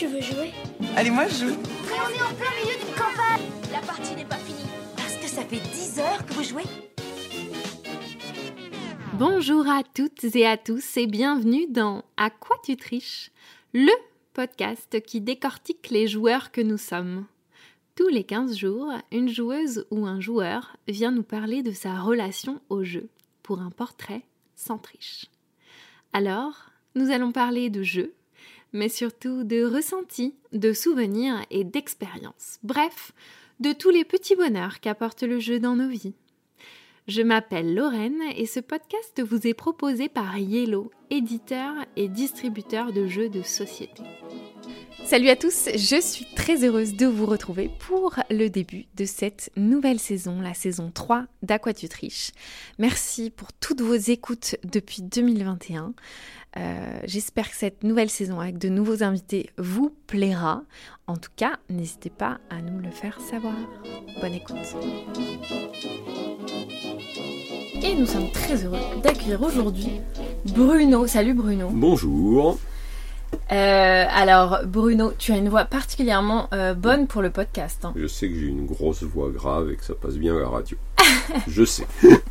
tu veux jouer? Allez, moi je joue. Mais on est en plein milieu d'une campagne. La partie n'est pas finie. Parce que ça fait 10 heures que vous jouez. Bonjour à toutes et à tous et bienvenue dans À quoi tu triches, le podcast qui décortique les joueurs que nous sommes. Tous les 15 jours, une joueuse ou un joueur vient nous parler de sa relation au jeu pour un portrait sans triche. Alors, nous allons parler de jeux, mais surtout de ressentis, de souvenirs et d'expériences. Bref, de tous les petits bonheurs qu'apporte le jeu dans nos vies. Je m'appelle Lorraine et ce podcast vous est proposé par Yellow, éditeur et distributeur de jeux de société. Salut à tous, je suis très heureuse de vous retrouver pour le début de cette nouvelle saison, la saison 3 d'À quoi tu triches. Merci pour toutes vos écoutes depuis 2021. J'espère que cette nouvelle saison avec de nouveaux invités vous plaira. En tout cas, n'hésitez pas à nous le faire savoir. Bonne écoute. Et nous sommes très heureux d'accueillir aujourd'hui Bruno. Salut Bruno. Bonjour. Alors Bruno, tu as une voix particulièrement bonne pour le podcast. Je sais que j'ai une grosse voix grave et que ça passe bien à la radio. Je sais.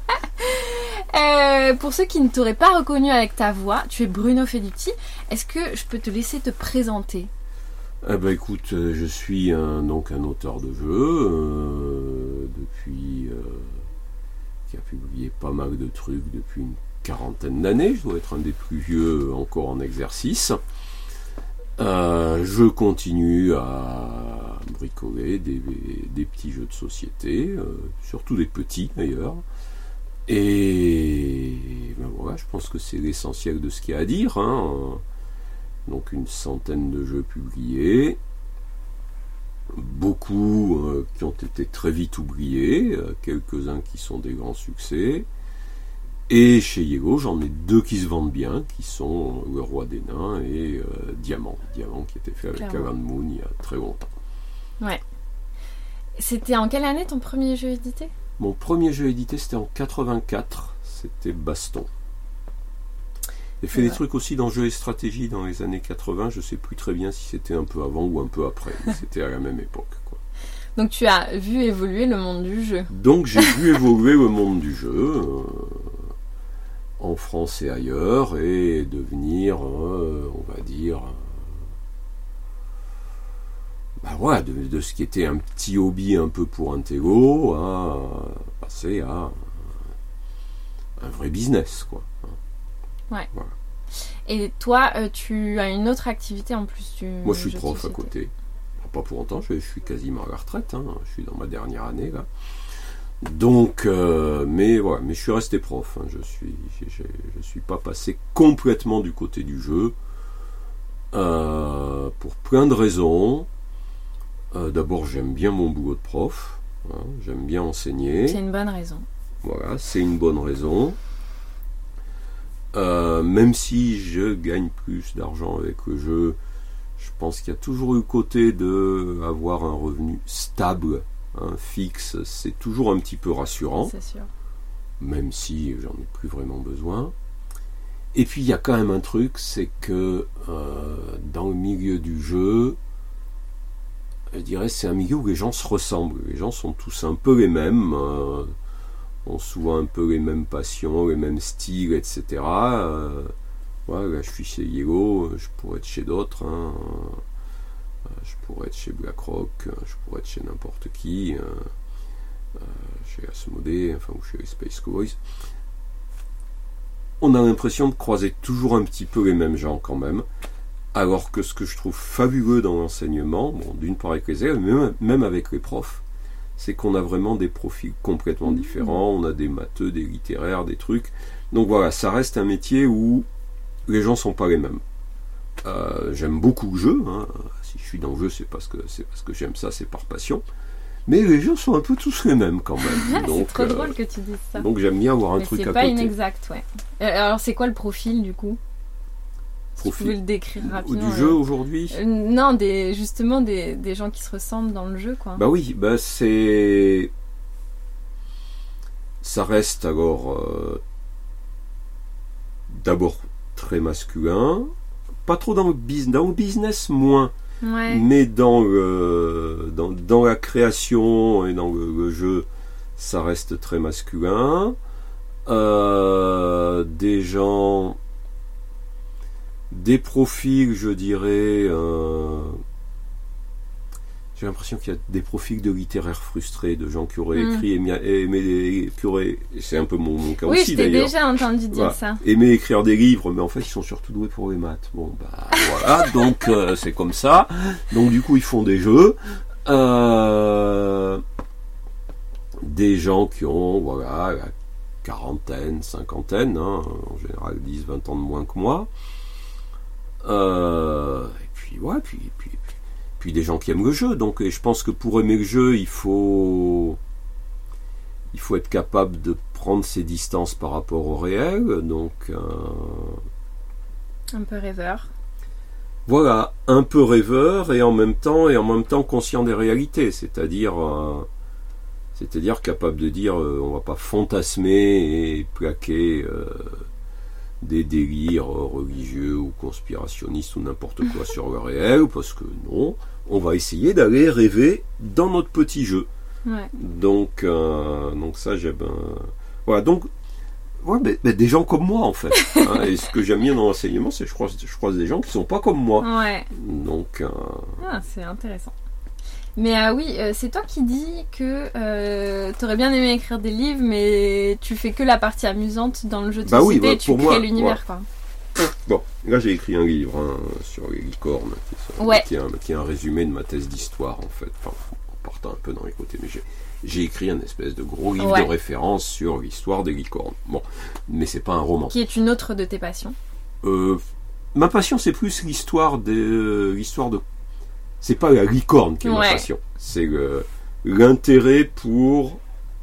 Pour ceux qui ne t'auraient pas reconnu avec ta voix, tu es Bruno Feduti. Est-ce que je peux te laisser te présenter ? Écoute, je suis donc un auteur de jeux qui a publié pas mal de trucs depuis une quarantaine d'années. Je dois être un des plus vieux encore en exercice. Je continue à bricoler des petits jeux de société, surtout des petits d'ailleurs. Et voilà, je pense que c'est l'essentiel de ce qu'il y a à dire. Donc une centaine de jeux publiés, beaucoup qui ont été très vite oubliés, quelques-uns qui sont des grands succès. Et chez Yellow, j'en ai 2 qui se vendent bien, qui sont Le Roi des Nains et Diamant. Diamant qui était fait avec Alan Moon il y a très longtemps. Ouais. C'était en quelle année ton premier jeu édité ? Mon premier jeu édité, c'était en 84. C'était Baston. J'ai fait des trucs aussi dans jeux et stratégie dans les années 80. Je sais plus très bien si c'était un peu avant ou un peu après. Mais c'était à la même époque, quoi. Donc tu as vu évoluer le monde du jeu. Donc j'ai vu évoluer le monde du jeu en France et ailleurs et devenir, on va dire, de ce qui était un petit hobby un peu pour un télo à passer à un vrai business, quoi. Ouais. Voilà. Et toi, tu as une autre activité en plus du Moi, je suis jeu de prof à société. côté. Pas pour longtemps, je suis quasiment à la retraite. Je suis dans ma dernière année, là. Donc, mais je suis resté prof. Je suis pas passé complètement du côté du jeu pour plein de raisons. D'abord, j'aime bien mon boulot de prof. J'aime bien enseigner. C'est une bonne raison. Voilà, c'est une bonne raison. Même si je gagne plus d'argent avec le jeu, je pense qu'il y a toujours eu le côté de avoir un revenu stable, fixe. C'est toujours un petit peu rassurant. C'est sûr. Même si j'en ai plus vraiment besoin. Et puis il y a quand même un truc, c'est que dans le milieu du jeu, je dirais c'est un milieu où les gens se ressemblent. Les gens sont tous un peu les mêmes, ont souvent un peu les mêmes passions, les mêmes styles, etc. Là je suis chez Yellow, je pourrais être chez d'autres. Je pourrais être chez BlackRock, je pourrais être chez n'importe qui, chez Asmodée, ou chez les Space Cowboys. On a l'impression de croiser toujours un petit peu les mêmes gens quand même, alors que ce que je trouve fabuleux dans l'enseignement, d'une part avec les élèves, mais même avec les profs, c'est qu'on a vraiment des profils complètement différents, on a des matheux, des littéraires, des trucs. Donc voilà, ça reste un métier où les gens sont pas les mêmes. J'aime beaucoup le jeu, si je suis dans le jeu c'est parce que j'aime ça, c'est par passion, mais les jeux sont un peu tous les mêmes quand même. Donc, c'est trop drôle que tu dises ça. Donc j'aime bien avoir un mais truc à c'est côté. pas inexact, ouais. Alors c'est quoi le profil du coup ? Si tu pouvais le décrire rapidement. Du jeu aujourd'hui ? Non, justement des gens qui se ressemblent dans le jeu, quoi. Bah oui, c'est... Ça reste alors d'abord très masculin, pas trop dans le business moins, Ouais. mais dans la création et dans le jeu, ça reste très masculin. Des profils, je dirais, j'ai l'impression qu'il y a des profils de littéraires frustrés, de gens qui auraient écrit, c'est un peu mon cas aussi d'ailleurs. Oui, je t'ai déjà entendu dire ça. Aimer écrire des livres, mais en fait ils sont surtout doués pour les maths. Bon bah voilà, donc c'est comme ça. Donc du coup ils font des jeux. Des gens qui ont la quarantaine, cinquantaine, en général 10, 20 ans de moins que moi. Et puis des gens qui aiment le jeu. Donc je pense que pour aimer le jeu, il faut être capable de prendre ses distances par rapport au réel. Donc un peu rêveur. Voilà, un peu rêveur et en même temps conscient des réalités, c'est-à-dire capable de dire on va pas fantasmer et plaquer des délires religieux ou conspirationnistes ou n'importe quoi sur le réel, parce que non, on va essayer d'aller rêver dans notre petit jeu. Ouais. Donc ça j'aime. Voilà, donc des gens comme moi en fait. Et ce que j'aime bien dans l'enseignement, c'est que je croise des gens qui sont pas comme moi. Ouais. Donc c'est intéressant. Mais oui, c'est toi qui dis que t'aurais bien aimé écrire des livres, mais tu fais que la partie amusante dans le jeu de société et tu crées l'univers, quoi. Bon, là j'ai écrit un livre sur les licornes, qui est un résumé de ma thèse d'histoire en fait. Enfin, en partant un peu dans les côtés, mais j'ai écrit un espèce de gros livre de référence sur l'histoire des licornes. Bon, mais c'est pas un roman. Qui est une autre de tes passions. Ma passion, c'est plus l'histoire de. C'est pas la licorne qui est ma passion. C'est l'intérêt pour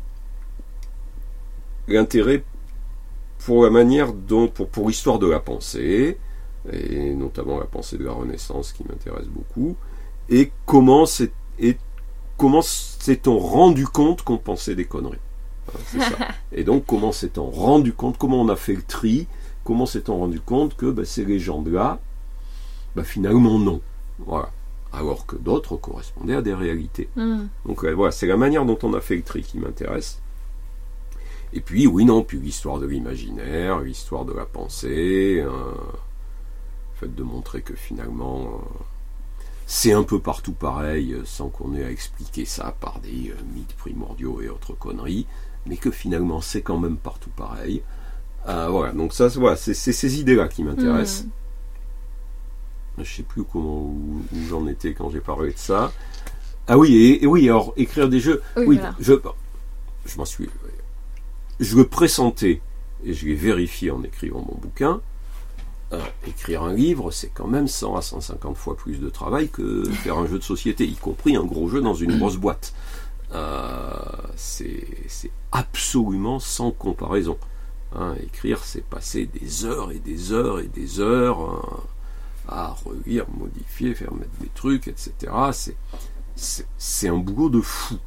la manière dont pour l'histoire de la pensée, et notamment la pensée de la Renaissance qui m'intéresse beaucoup, et comment s'est-on rendu compte qu'on pensait des conneries. C'est ça. Et donc comment s'est-on rendu compte, comment on a fait le tri, comment s'est-on rendu compte que ces légendes-là, finalement non. Voilà. Alors que d'autres correspondaient à des réalités. Donc voilà, c'est la manière dont on a fait le tri qui m'intéresse. Et puis puis l'histoire de l'imaginaire, l'histoire de la pensée, le fait de montrer que finalement c'est un peu partout pareil, sans qu'on ait à expliquer ça par des mythes primordiaux et autres conneries, mais que finalement c'est quand même partout pareil. Voilà, donc ça, c'est ces idées-là qui m'intéressent. Je sais plus où j'en étais quand j'ai parlé de ça. Ah oui, et oui, alors écrire des jeux. Oui, voilà. Je m'en suis. Je le pressentais et je l'ai vérifié en écrivant mon bouquin. Écrire un livre, c'est quand même 100 à 150 fois plus de travail que faire un jeu de société, y compris un gros jeu dans une grosse boîte. C'est absolument sans comparaison. Écrire, c'est passer des heures et des heures et des heures à relire, modifier, faire mettre des trucs, etc. C'est un boulot de fou.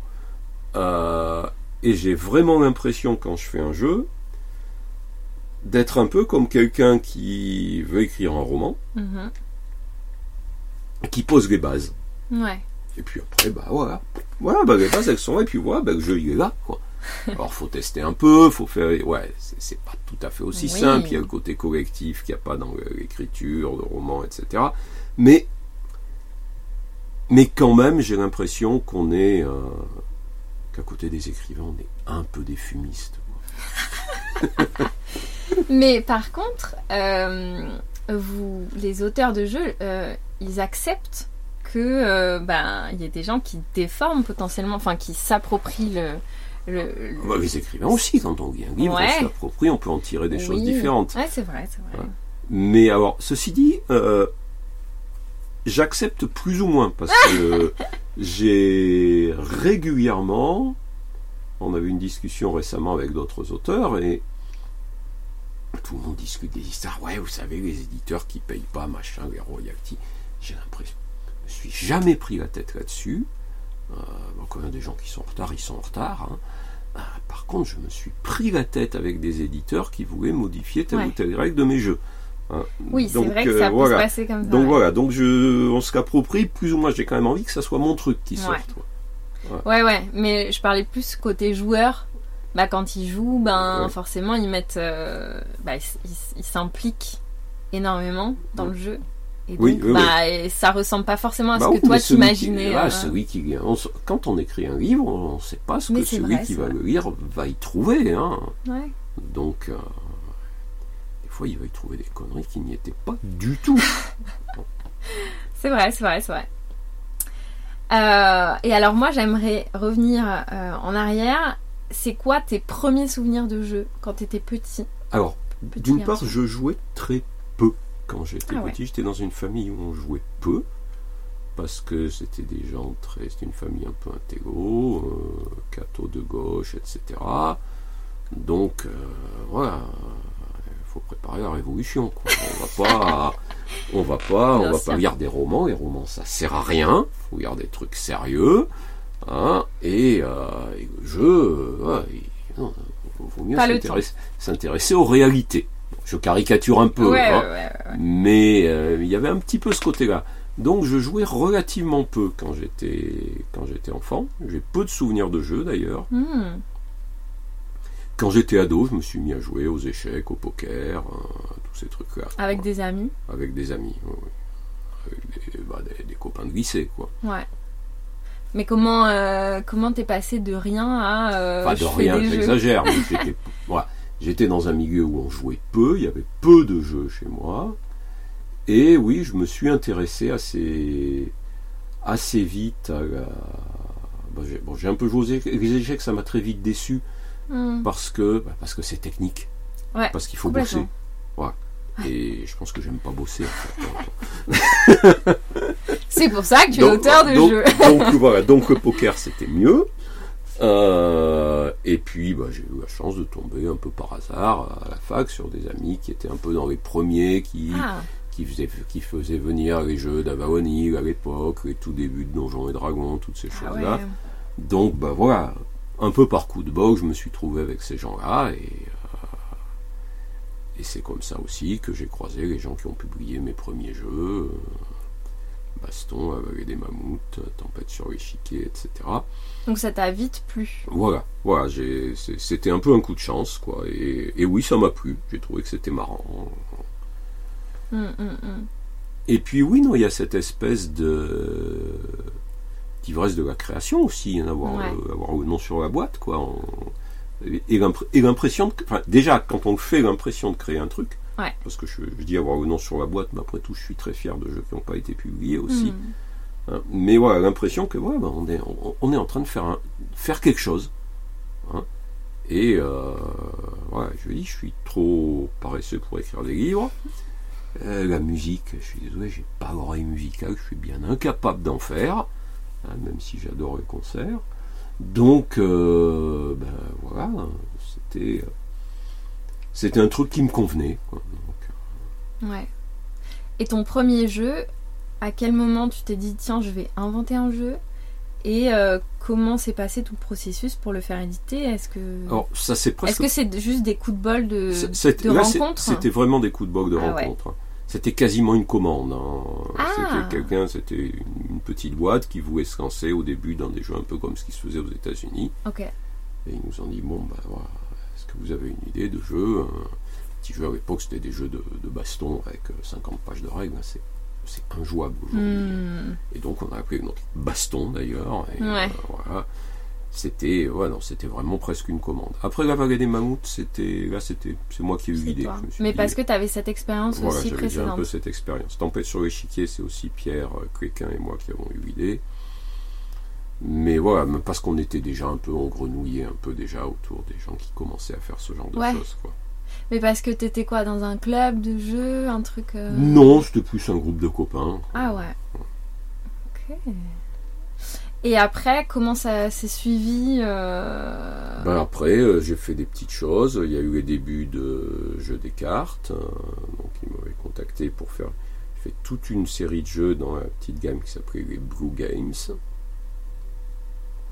Et j'ai vraiment l'impression, quand je fais un jeu, d'être un peu comme quelqu'un qui veut écrire un roman, qui pose les bases. Ouais. Et puis après, voilà, les bases elles sont là, et puis voilà, le jeu il est là, quoi. Alors faut tester un peu, faut faire, c'est pas tout à fait aussi simple, il y a le côté collectif qu'il n'y a pas dans l'écriture de romans, etc. Mais quand même, j'ai l'impression qu'on est qu'à côté des écrivains, on est un peu des fumistes. Mais par contre, vous, les auteurs de jeux, ils acceptent que y ait des gens qui déforment potentiellement, enfin qui s'approprient les écrivains aussi, quand on lit un livre, on s'approprie, on peut en tirer des choses différentes. Ouais, c'est vrai. Ouais. Mais alors, ceci dit, j'accepte plus ou moins, parce que j'ai régulièrement, on avait une discussion récemment avec d'autres auteurs, et tout le monde discute des histoires. Ouais, vous savez, les éditeurs qui payent pas, machin, les royalties. J'ai l'impression, je me suis jamais pris la tête là-dessus. Quand il y a des gens qui sont en retard, ils sont en retard. Par contre, je me suis pris la tête avec des éditeurs qui voulaient modifier telle ou telle règle de mes jeux. Hein. Oui, c'est vrai que ça peut se passer comme ça. Donc voilà, donc on se l'approprie, plus ou moins j'ai quand même envie que ça soit mon truc qui sorte. Ouais, mais je parlais plus côté joueur. Quand ils jouent, forcément ils mettent, ils s'impliquent énormément dans le jeu. Et donc, et ça ressemble pas forcément à ce que toi t'imaginais. Celui qui quand on écrit un livre, on ne sait pas ce que celui qui va le lire va y trouver. Hein. Ouais. Donc, des fois, il va y trouver des conneries qui n'y étaient pas du tout. C'est vrai. Et alors moi, j'aimerais revenir en arrière. C'est quoi tes premiers souvenirs de jeu quand tu étais petit? Alors, d'une part, je jouais très peu. Quand j'étais petit, j'étais dans une famille où on jouait peu, parce que c'était une famille un peu intello, catho de gauche, etc. Donc, voilà, il faut préparer la révolution, quoi. On va pas lire des romans. Les romans, ça sert à rien. Il faut lire des trucs sérieux. Hein, et le jeu, il vaut mieux s'intéresser aux réalités. Je caricature un peu, mais il y avait un petit peu ce côté-là. Donc je jouais relativement peu quand j'étais enfant. J'ai peu de souvenirs de jeux d'ailleurs. Quand j'étais ado, je me suis mis à jouer aux échecs, au poker, tous ces trucs-là. Avec des amis? Avec des amis, oui. Avec des copains de lycée, quoi. Ouais. Mais comment t'es passé de rien à de rien, j'exagère. J'étais dans un milieu où on jouait peu, il y avait peu de jeux chez moi. Et oui, je me suis intéressé assez vite à j'ai un peu joué les échecs, ça m'a très vite déçu. Parce que c'est technique. Ouais, parce qu'il faut bosser. Ouais. Et je pense que j'aime pas bosser. En fait. C'est pour ça que tu es auteur de jeu. Donc le poker c'était mieux. Et puis j'ai eu la chance de tomber un peu par hasard à la fac sur des amis qui étaient un peu dans les premiers qui faisaient venir les jeux d'Avalon à l'époque, les tout débuts de Donjons et Dragons, toutes ces choses-là. Ouais. Donc voilà, un peu par coup de bol, je me suis trouvé avec ces gens-là et c'est comme ça aussi que j'ai croisé les gens qui ont publié mes premiers jeux, Baston, La Vallée des Mammouths, Tempête sur l'échiquier, etc. Donc ça t'a vite plu. Voilà, c'était un peu un coup de chance, quoi. Et oui, ça m'a plu. J'ai trouvé que c'était marrant. Et puis oui, il y a cette espèce d'ivresse de la création aussi, avoir le nom sur la boîte, quoi. Et l'impression déjà quand on fait l'impression de créer un truc, parce que je dis avoir le nom sur la boîte, mais après tout je suis très fier de jeux qui n'ont pas été publiés aussi, hein, mais voilà, l'impression que on est en train de faire quelque chose, hein, et je dis, je suis trop paresseux pour écrire des livres. La musique, je suis désolé, j'ai pas l'oreille musicale, je suis bien incapable d'en faire, hein, même si j'adore les concerts. Donc, voilà, c'était un truc qui me convenait, quoi. Donc, ouais. Et ton premier jeu, à quel moment tu t'es dit, tiens, je vais inventer un jeu? Et comment s'est passé tout le processus pour le faire éditer? Est-ce que c'est juste des coups de bol de rencontre? C'était vraiment des coups de bol de rencontre. Ouais. C'était quasiment une commande. Hein. C'était une petite boîte qui voulait se lancer au début dans des jeux un peu comme ce qui se faisait aux États-Unis. Okay. Et ils nous ont dit voilà, est-ce que vous avez une idée de jeu? Un petit jeu à l'époque, c'était des jeux de baston avec 50 pages de règles. C'est injouable aujourd'hui. Et donc on a appelé notre Baston d'ailleurs. Et voilà. C'était vraiment presque une commande. Après La Vallée des Mammouths, c'est moi qui ai eu l'idée. Mais parce que tu avais cette expérience aussi précédente. J'avais un peu cette expérience. Tempête sur l'échiquier, c'est aussi Pierre Cléquin et moi qui avons eu l'idée. Mais voilà, parce qu'on était déjà on grenouillait un peu déjà autour des gens qui commençaient à faire ce genre de choses, quoi. Mais parce que t'étais quoi, dans un club de jeux, un truc Non, c'était plus un groupe de copains. Ah ouais. Ok. Et après, comment ça s'est suivi Après, j'ai fait des petites choses. Il y a eu les débuts de jeux des cartes. Donc, ils m'avaient contacté pour faire... J'ai fait toute une série de jeux dans la petite gamme qui s'appelait les Blue Games.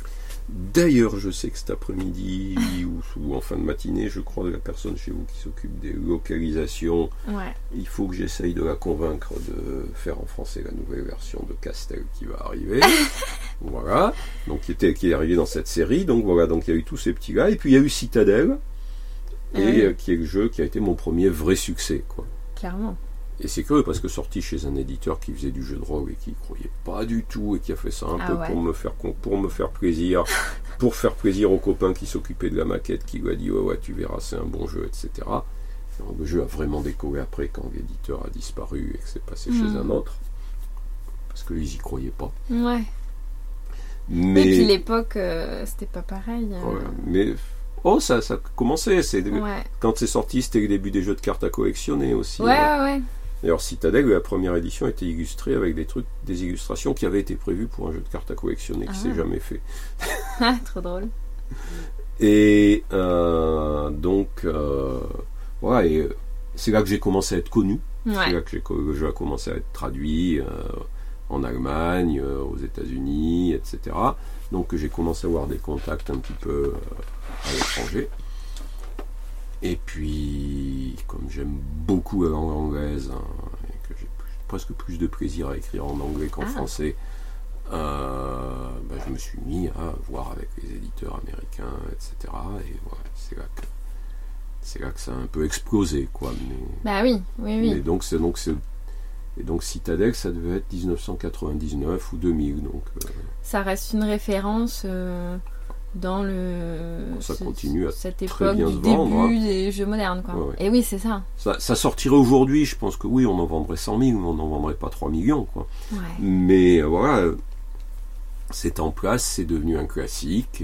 D'ailleurs, je sais que cet après-midi ou en fin de matinée, je crois, de la personne chez vous qui s'occupe des localisations, il faut que j'essaye de la convaincre de faire en français la nouvelle version de Castel qui va arriver. Voilà, donc qui est arrivé dans cette série. Donc voilà, donc il y a eu tous ces petits gars. Et puis il y a eu Citadel, qui est le jeu qui a été mon premier vrai succès, quoi. Clairement. Et c'est curieux parce que sorti chez un éditeur qui faisait du jeu de rôle et qui croyait pas du tout et qui a fait ça un peu pour me faire plaisir, pour faire plaisir aux copains qui s'occupaient de la maquette, qui lui a dit ouais tu verras c'est un bon jeu, etc. Donc, le jeu a vraiment décollé après quand l'éditeur a disparu et que c'est passé chez un autre parce que ils y croyaient pas. Ouais. Mais et puis l'époque c'était pas pareil. Voilà. Mais ça commençait. Quand c'est sorti, c'était le début des jeux de cartes à collectionner aussi. Ouais. D'ailleurs, Citadel, la première édition était illustrée avec des illustrations qui avaient été prévues pour un jeu de cartes à collectionner qui s'est jamais fait. Trop drôle. Et donc, voilà, et c'est là que j'ai commencé à être connu. C'est là que le jeu a commencé à être traduit en Allemagne, aux États-Unis, etc. Donc j'ai commencé à avoir des contacts un petit peu à l'étranger. Et puis, comme j'aime beaucoup la langue anglaise, et que j'ai presque plus de plaisir à écrire en anglais qu'en français, je me suis mis à voir avec les éditeurs américains, etc. Et voilà, c'est là que ça a un peu explosé, quoi. Oui. Mais donc Citadel, ça devait être 1999 ou 2000. Donc, ça reste une référence dans continue à cette très époque bien du se vendre, début des jeux modernes, quoi. Ouais. Et oui, c'est ça. Ça sortirait aujourd'hui, je pense que oui, on en vendrait 100 000, mais on n'en vendrait pas 3 millions, quoi. Ouais. Mais voilà, c'est en place, c'est devenu un classique.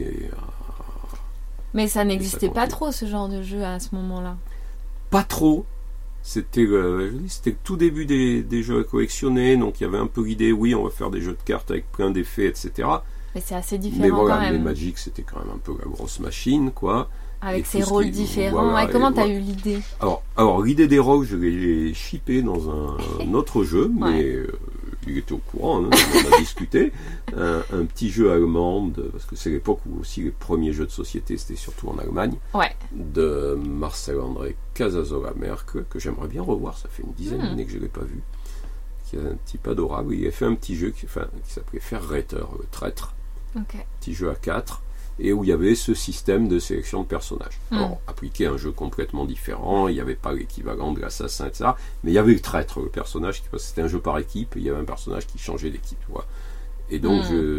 Mais ça n'existait pas trop, ce genre de jeu, à ce moment-là. Pas trop. C'était le tout début des jeux à collectionner, donc il y avait un peu l'idée, oui, on va faire des jeux de cartes avec plein d'effets, etc. Mais c'est assez différent, mais voilà, quand même. Mais Magic, c'était quand même un peu la grosse machine, quoi. Avec ses rôles différents. Voilà, comment t'as eu l'idée ? Alors l'idée des rôles, je l'ai shippé dans un autre jeu, mais il était au courant, on a discuté. Un petit jeu allemand, parce que c'est l'époque où aussi les premiers jeux de société, c'était surtout en Allemagne, de Marcel-André Casasola-Merck, que j'aimerais bien revoir, ça fait une dizaine d'années que je ne l'ai pas vu, qui est un type adorable. Il a fait un petit jeu qui s'appelait Verräter, le traître, petit jeu à 4, et où il y avait ce système de sélection de personnages. Alors, appliqué à un jeu complètement différent, il n'y avait pas l'équivalent de l'assassin, etc. Mais il y avait le traître, le personnage, parce que c'était un jeu par équipe, et il y avait un personnage qui changeait d'équipe. Voilà. Et donc,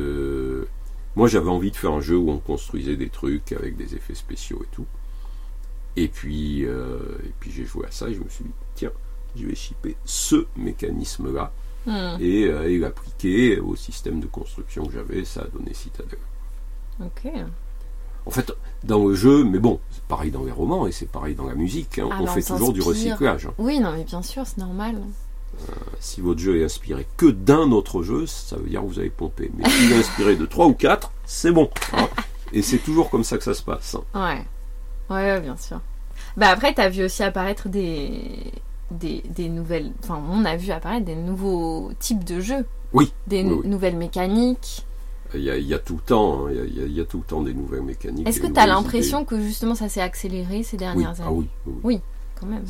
moi, j'avais envie de faire un jeu où on construisait des trucs avec des effets spéciaux et tout. Et puis j'ai joué à ça, et je me suis dit, tiens, je vais shipper ce mécanisme-là, et l'appliquer au système de construction que j'avais, ça a donné Citadel. Ok. En fait, dans le jeu, mais bon, c'est pareil dans les romans et c'est pareil dans la musique, hein, on fait toujours du recyclage. Oui, non, mais bien sûr, c'est normal. Si votre jeu est inspiré que d'un autre jeu, ça veut dire que vous avez pompé. Mais s'il est inspiré de 3 ou 4, c'est bon. Hein. Et c'est toujours comme ça que ça se passe. Hein. Ouais, bien sûr. Après, t'as vu aussi apparaître des nouvelles... Enfin, on a vu apparaître des nouveaux types de jeux. Oui. Des nouvelles mécaniques. Il y a tout le temps, il y a tout le temps des nouvelles mécaniques. Est-ce que tu as l'impression que justement ça s'est accéléré ces dernières années ? Oui, quand même.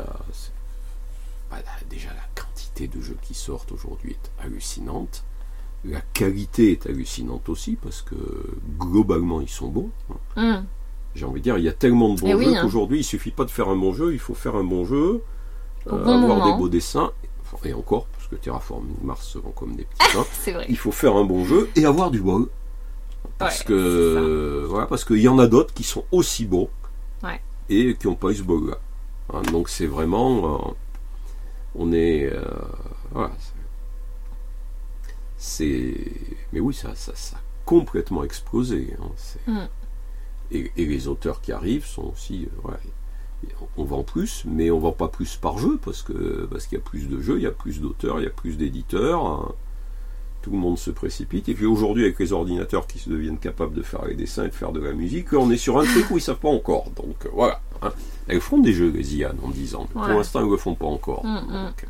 Déjà la quantité de jeux qui sortent aujourd'hui est hallucinante. La qualité est hallucinante aussi parce que globalement ils sont bons. J'ai envie de dire, il y a tellement de bons jeux qu'aujourd'hui il suffit pas de faire un bon jeu, il faut faire un bon jeu, avoir des beaux dessins, et encore. Que Terraforming Mars se vend comme des petits pains. C'est vrai. Il faut faire un bon jeu et avoir du bol. Parce qu'il y en a d'autres qui sont aussi bons et qui n'ont pas eu ce bol-là. Hein, donc c'est vraiment... on est... Mais oui, ça a complètement explosé. Hein, et les auteurs qui arrivent sont aussi... on vend plus, mais on vend pas plus par jeu parce qu'il y a plus de jeux, il y a plus d'auteurs, il y a plus d'éditeurs, hein. Tout le monde se précipite. Et puis aujourd'hui, avec les ordinateurs qui se deviennent capables de faire les dessins et de faire de la musique, on est sur un truc où ils savent pas encore. Donc voilà. Hein. Elles font des jeux, les IA, dans 10 ans. Mais pour l'instant, elles ne le font pas encore. Donc,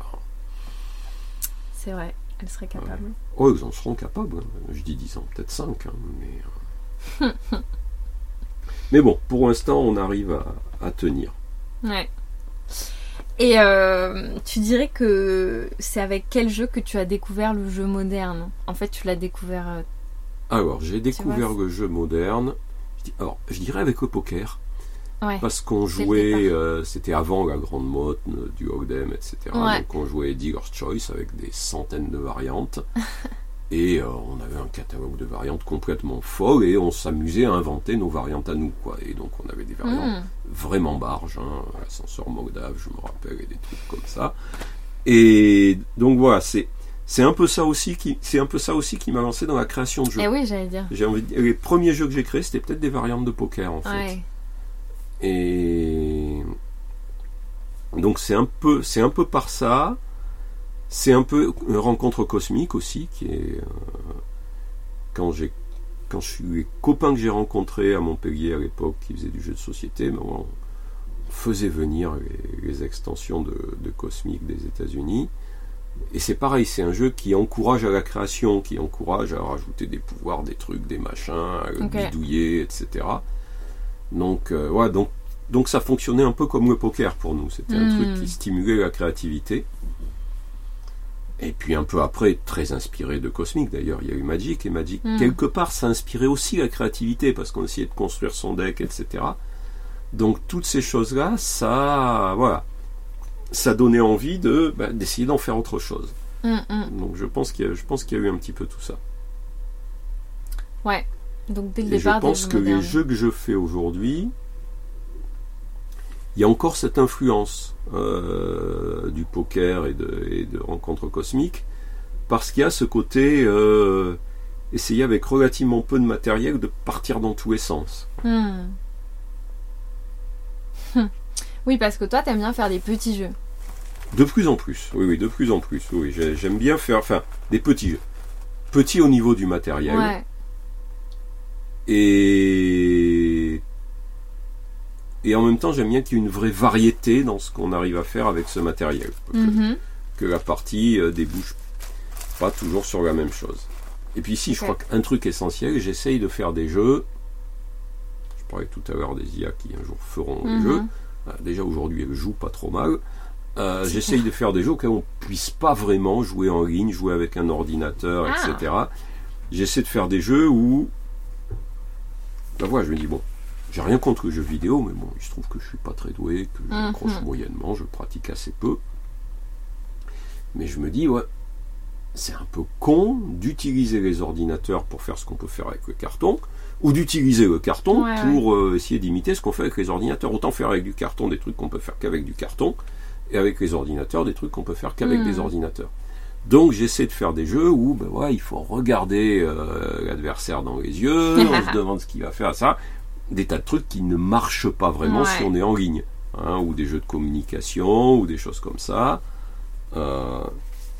c'est vrai, elles seraient capables. Elles en seront capables. Je dis 10 ans, peut-être 5. Hein, mais Mais bon, pour l'instant, on arrive à tenir. Ouais. Et tu dirais que c'est avec quel jeu que tu as découvert le jeu moderne ? En fait, tu l'as découvert... Alors, j'ai découvert le jeu moderne. Alors, je dirais avec le poker. Ouais. Parce qu'on jouait, c'était avant la grande mode du Hold'em, etc. Ouais. Donc on jouait Dealer's Choice avec des centaines de variantes. Et on avait un catalogue de variantes complètement folle et on s'amusait à inventer nos variantes à nous, quoi. Et donc on avait des variantes vraiment barges, l'ascenseur moldave, je me rappelle, et des trucs comme ça. Et donc voilà, c'est un peu ça aussi qui m'a lancé dans la création de jeux. Eh oui, j'allais dire. J'ai envie de dire, les premiers jeux que j'ai créés, c'était peut-être des variantes de poker, en fait. Ouais. Et donc c'est un peu par ça. C'est un peu une rencontre cosmique aussi, qui est quand je suis les copains que j'ai rencontrés à Montpellier à l'époque qui faisaient du jeu de société, mais on faisait venir les extensions de Cosmic des États-Unis. Et c'est pareil, c'est un jeu qui encourage à la création, qui encourage à rajouter des pouvoirs, des trucs, des machins, à le bidouiller, etc. Donc voilà, donc ça fonctionnait un peu comme le poker pour nous. C'était un truc qui stimulait la créativité. Et puis un peu après, très inspiré de Cosmic d'ailleurs, il y a eu Magic, et Magic, quelque part, ça inspirait aussi la créativité, parce qu'on essayait de construire son deck, etc. Donc toutes ces choses-là, ça donnait envie d'essayer d'en faire autre chose. Donc je pense qu'il y a eu un petit peu tout ça. Ouais, donc dès le et départ... je pense que les jeux que je fais aujourd'hui, il y a encore cette influence du poker et de rencontres cosmiques, parce qu'il y a ce côté essayer avec relativement peu de matériel de partir dans tous les sens. Oui, parce que toi, t'aimes bien faire des petits jeux. De plus en plus, oui, de plus en plus. Oui, j'aime bien faire des petits jeux. Petits au niveau du matériel. Ouais. Et en même temps, j'aime bien qu'il y ait une vraie variété dans ce qu'on arrive à faire avec ce matériel. Que la partie débouche pas toujours sur la même chose. Et puis ici, je crois qu'un truc essentiel, j'essaye de faire des jeux. Je parlais tout à l'heure des IA qui un jour feront des jeux. Déjà aujourd'hui, elles jouent pas trop mal. J'essaye de faire des jeux auxquels on puisse pas vraiment jouer en ligne, jouer avec un ordinateur, etc. J'essaie de faire des jeux où je me dis, bon, j'ai rien contre le jeu vidéo, mais bon, il se trouve que je suis pas très doué, que j'accroche moyennement, je pratique assez peu. Mais je me dis, c'est un peu con d'utiliser les ordinateurs pour faire ce qu'on peut faire avec le carton, ou d'utiliser le carton pour essayer d'imiter ce qu'on fait avec les ordinateurs. Autant faire avec du carton des trucs qu'on peut faire qu'avec du carton, et avec les ordinateurs des trucs qu'on peut faire qu'avec des ordinateurs. Donc j'essaie de faire des jeux où il faut regarder l'adversaire dans les yeux, on se demande ce qu'il va faire, ça. Des tas de trucs qui ne marchent pas vraiment si on est en ligne, ou des jeux de communication, ou des choses comme ça. Là,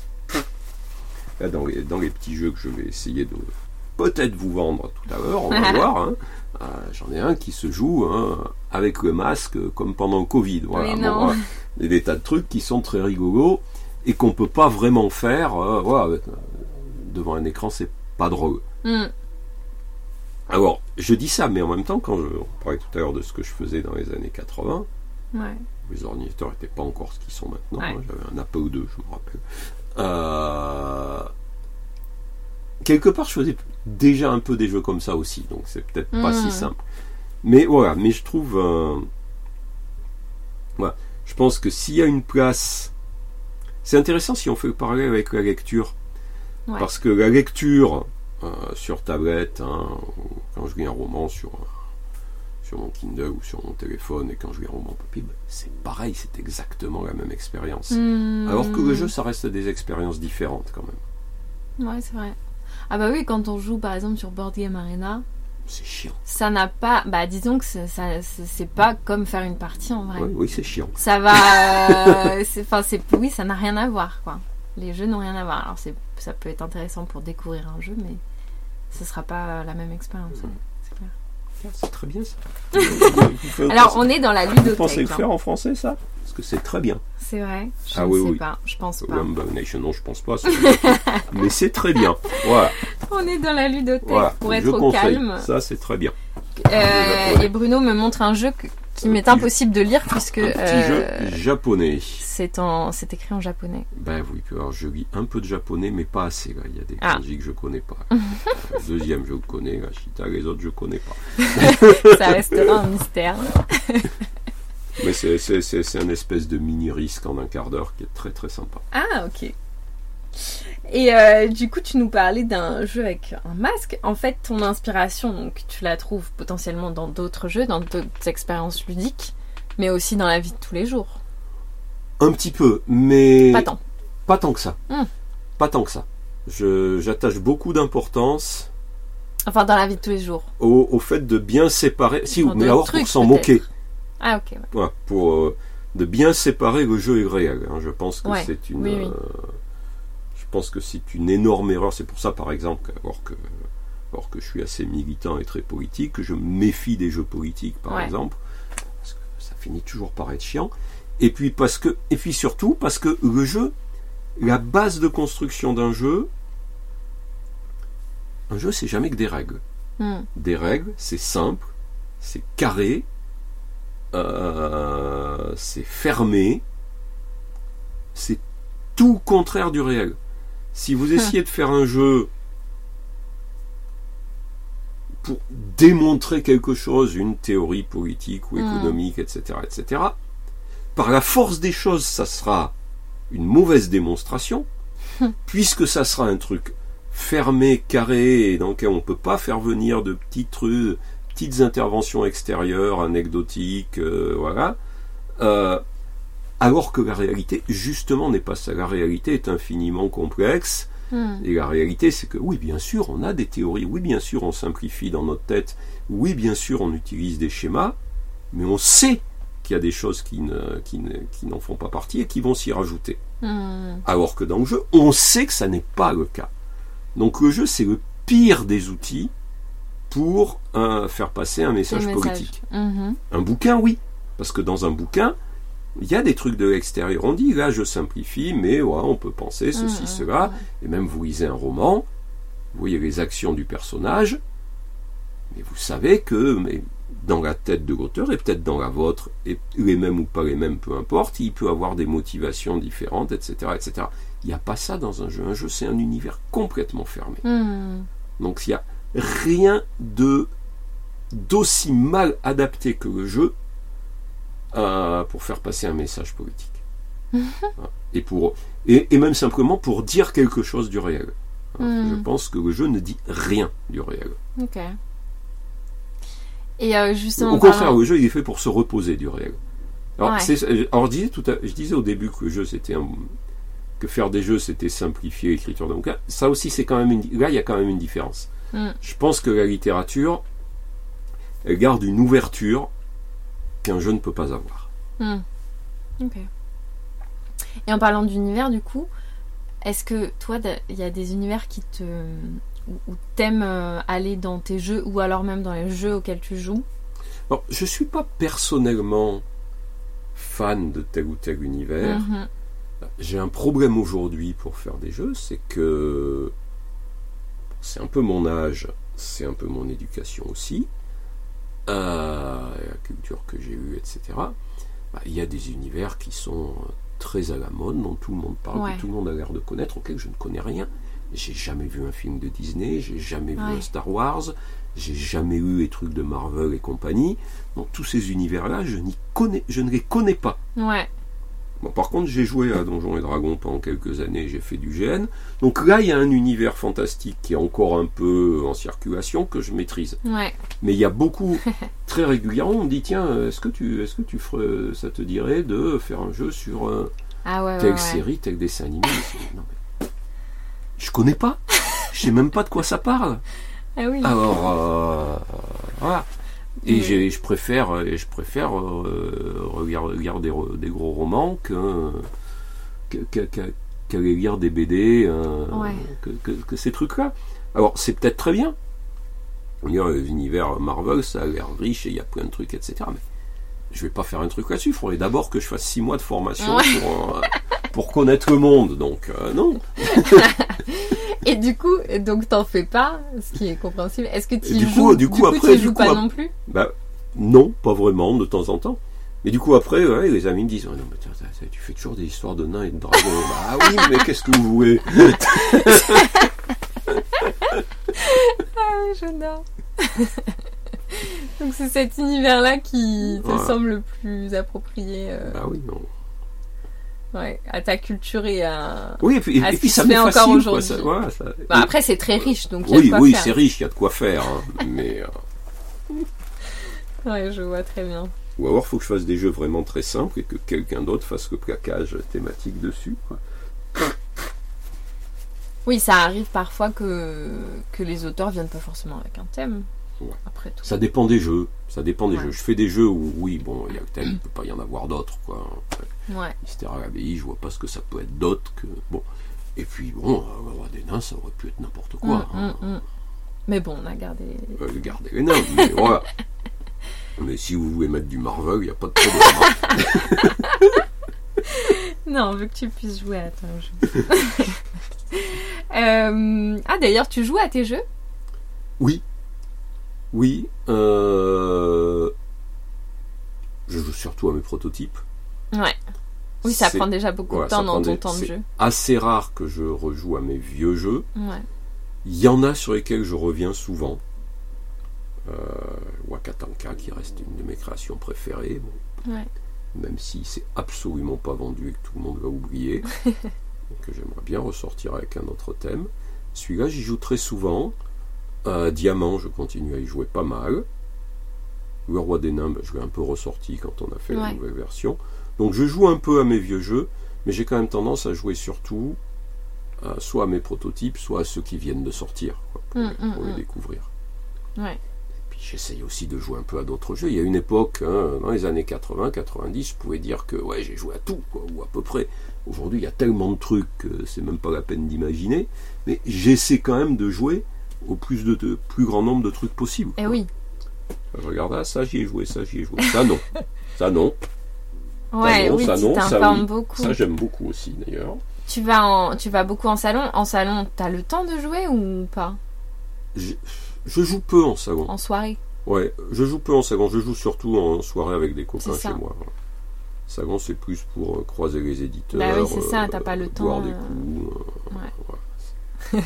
dans les petits jeux que je vais essayer de peut-être vous vendre tout à l'heure, on va voir. J'en ai un qui se joue avec le masque comme pendant le Covid. Voilà, des tas de trucs qui sont très rigolos et qu'on peut pas vraiment faire. Devant un écran, c'est pas drôle. Alors, je dis ça, mais en même temps, on parlait tout à l'heure de ce que je faisais dans les années 80, les ordinateurs n'étaient pas encore ce qu'ils sont maintenant. J'avais un Apple II, je me rappelle. Quelque part, je faisais déjà un peu des jeux comme ça aussi, donc c'est peut-être pas si simple. Mais voilà, je trouve... je pense que s'il y a une place... C'est intéressant si on fait le parallèle avec la lecture. Parce que la lecture... sur tablette, quand je lis un roman sur mon Kindle ou sur mon téléphone, et quand je lis un roman papier, c'est pareil, c'est exactement la même expérience. Alors que le jeu, ça reste des expériences différentes quand même. Ouais, c'est vrai. Ah bah oui, quand on joue par exemple sur Board Game Arena, c'est chiant. Ça n'a pas... disons que c'est pas comme faire une partie en vrai. Oui, c'est chiant. Ça va... oui, ça n'a rien à voir, quoi. Les jeux n'ont rien à voir. Alors ça peut être intéressant pour découvrir un jeu, mais ce sera pas la même expérience. C'est clair. C'est très bien ça. Alors on est dans la ludothèque. Vous pensez le faire en français ça ? Parce que c'est très bien. C'est vrai. Je ne sais pas. Je pense pas. Rumble Nation, non, je pense pas. Mais c'est très bien. Voilà. On est dans la ludothèque Voilà, pour être je au conseille. calme. Ça, c'est très bien. Et Bruno me montre un jeu qui m'est impossible de lire puisque Un petit jeu japonais. c'est écrit en japonais. Ben oui, alors je lis un peu de japonais, mais pas assez. Là. Il y a des kanji que je connais pas. Le deuxième, je le connais. La Shita, les autres, je connais pas. Ça restera un mystère. Mais c'est un espèce de mini-risque en un quart d'heure qui est très très sympa. Ah, ok. Et du coup, tu nous parlais d'un jeu avec un masque. En fait, ton inspiration, donc, tu la trouves potentiellement dans d'autres jeux, dans d'autres expériences ludiques, mais aussi dans la vie de tous les jours. Un petit peu, mais... Pas tant. Pas tant que ça. Pas tant que ça. J'attache beaucoup d'importance... Enfin, dans la vie de tous les jours. Au fait de bien séparer... Si, Enfin, mais alors trucs, pour s'en peut-être. moquer. Ah, ok. Ouais. Voilà, pour de bien séparer le jeu et le réel. Hein. Je pense que Ouais, c'est une... oui. Je pense que c'est une énorme erreur. C'est pour ça, par exemple, alors que je suis assez militant et très politique, que je me méfie des jeux politiques, par exemple, parce que ça finit toujours par être chiant. Et puis surtout parce que le jeu, la base de construction d'un jeu, un jeu, c'est jamais que des règles. Des règles, c'est simple, c'est carré, c'est fermé, c'est tout le contraire du réel. Si vous essayez de faire un jeu pour démontrer quelque chose, une théorie politique ou économique, etc., par la force des choses, ça sera une mauvaise démonstration, puisque ça sera un truc fermé, carré, et dans lequel on ne peut pas faire venir de petites interventions extérieures, anecdotiques, voilà. Alors que la réalité, justement, n'est pas ça. La réalité est infiniment complexe. Et la réalité, c'est que, oui, bien sûr, on a des théories. Oui, bien sûr, on simplifie dans notre tête. Oui, bien sûr, on utilise des schémas. Mais on sait qu'il y a des choses qui n'en font pas partie et qui vont s'y rajouter. Alors que dans le jeu, on sait que ça n'est pas le cas. Donc le jeu, c'est le pire des outils pour faire passer un message politique. Un bouquin, oui. Parce que dans un bouquin, il y a des trucs de l'extérieur. On dit, là, je simplifie, mais ouais, on peut penser ceci, cela. Et même, vous lisez un roman, vous voyez les actions du personnage, mais vous savez que dans la tête de l'auteur, et peut-être dans la vôtre, et les mêmes ou pas les mêmes, peu importe, il peut avoir des motivations différentes, etc., etc. Il n'y a pas ça dans un jeu. Un jeu, c'est un univers complètement fermé. Donc, il n'y a rien d'aussi mal adapté que le jeu pour faire passer un message politique. Et même simplement pour dire quelque chose du réel. Je pense que le jeu ne dit rien du réel. Ok. Et justement, au contraire, le jeu il est fait pour se reposer du réel. Alors, ouais. Alors je disais au début que le jeu c'était que faire des jeux c'était simplifier l'écriture d'un bouquin. Ça aussi c'est quand même là il y a quand même une différence. Je pense que la littérature elle garde une ouverture qu'un jeu ne peut pas avoir. Ok. Et en parlant d'univers, du coup, est-ce que toi, il y a des univers où t'aimes aller dans tes jeux ou alors même dans les jeux auxquels tu joues? Alors, je suis pas personnellement fan de tel ou tel univers. J'ai un problème aujourd'hui pour faire des jeux, c'est que c'est un peu mon âge, c'est un peu mon éducation aussi. La culture que j'ai eue, etc. Il y a des univers qui sont très à la mode, dont tout le monde parle, que tout le monde a l'air de connaître, auquel je ne connais rien. J'ai jamais vu un film de Disney, j'ai jamais vu un Star Wars, j'ai jamais eu les trucs de Marvel et compagnie. Donc tous ces univers-là, je ne les connais pas. Bon, par contre, j'ai joué à Donjons et Dragons pendant quelques années, j'ai fait du GN. Donc là, il y a un univers fantastique qui est encore un peu en circulation, que je maîtrise. Mais il y a beaucoup, très régulièrement, on me dit, tiens, est-ce que tu ferais, ça te dirait de faire un jeu sur telle série, tel dessin animé? Non, mais je connais pas, je sais même pas de quoi ça parle. Alors, voilà. Et je préfère lire des gros romans qu'aller lire des BD, que ces trucs-là. Alors, c'est peut-être très bien. L'univers Marvel, ça a l'air riche et il y a plein de trucs, etc. Mais je vais pas faire un truc là-dessus. Il faudrait d'abord que je fasse 6 mois de formation pour connaître le monde. Donc, non. Et du coup, donc t'en fais pas, ce qui est compréhensible. Est-ce que tu du coup, tu joues pas non plus? Bah, non, pas vraiment, de temps en temps. Mais du coup, après, les amis me disent non, mais tu fais toujours des histoires de nains et de dragons. Ah oui, mais qu'est-ce que vous voulez? Ah oui, j'adore. Donc c'est cet univers-là qui te semble le plus approprié. Bah oui, non. Ouais, à ta culture et à. Oui, et puis ça m'est encore facile. Aujourd'hui. Après, c'est très riche, donc il y a de quoi faire. C'est riche, il y a de quoi faire. Hein, mais. Ouais, je vois très bien. Ou alors, il faut que je fasse des jeux vraiment très simples et que quelqu'un d'autre fasse le plaquage thématique dessus. Quoi. Oui, ça arrive parfois que les auteurs viennent pas forcément avec un thème. Ouais. Après tout. Ça dépend des jeux. Ça dépend des jeux. Je fais des jeux où, oui, bon, il y a le thème, il ne peut pas y en avoir d'autres. Quoi. Ouais. Mystère à l'abbaye, je vois pas ce que ça peut être d'autre que. Bon. Et puis, bon, le roi des nains, ça aurait pu être n'importe quoi. Mais bon, on a gardé. Gardez les nains, mais voilà. Mais si vous voulez mettre du Marvel, il n'y a pas de problème. Non, on veut que tu puisses jouer à ton jeu. D'ailleurs, tu joues à tes jeux? Oui. Oui. Je joue surtout à mes prototypes. Ouais. Oui, ça prend déjà beaucoup de temps dans ton temps de jeu. C'est assez rare que je rejoue à mes vieux jeux. Ouais. Il y en a sur lesquels je reviens souvent. Wakatanka, qui reste une de mes créations préférées. Bon. Ouais. Même si c'est absolument pas vendu et que tout le monde va oublier. Donc j'aimerais bien ressortir avec un autre thème. Celui-là, j'y joue très souvent. Diamant, je continue à y jouer pas mal. Le roi des nains, je l'ai un peu ressorti quand on a fait la nouvelle version. Donc je joue un peu à mes vieux jeux, mais j'ai quand même tendance à jouer surtout soit à mes prototypes, soit à ceux qui viennent de sortir, quoi, pour les découvrir. Ouais. J'essaye aussi de jouer un peu à d'autres jeux. Il y a une époque, dans les années 80-90, je pouvais dire que j'ai joué à tout, quoi, ou à peu près. Aujourd'hui, il y a tellement de trucs que c'est même pas la peine d'imaginer. Mais j'essaie quand même de jouer au plus grand nombre de trucs possibles. Eh oui. Je regarde, ça j'y ai joué, ça j'y ai joué. Ça non. Ça non. Ouais, ça, non, oui, ça, tu non, t'informes ça, beaucoup. Ça j'aime beaucoup aussi d'ailleurs. Tu vas beaucoup en salon. En salon, t'as le temps de jouer ou pas? Je joue peu en salon. En soirée? Ouais, je joue peu en salon. Je joue surtout en soirée avec des copains chez moi. Salon, c'est plus pour croiser les éditeurs. Bah oui, c'est ça, t'as pas le temps. Boire des coups. Ouais.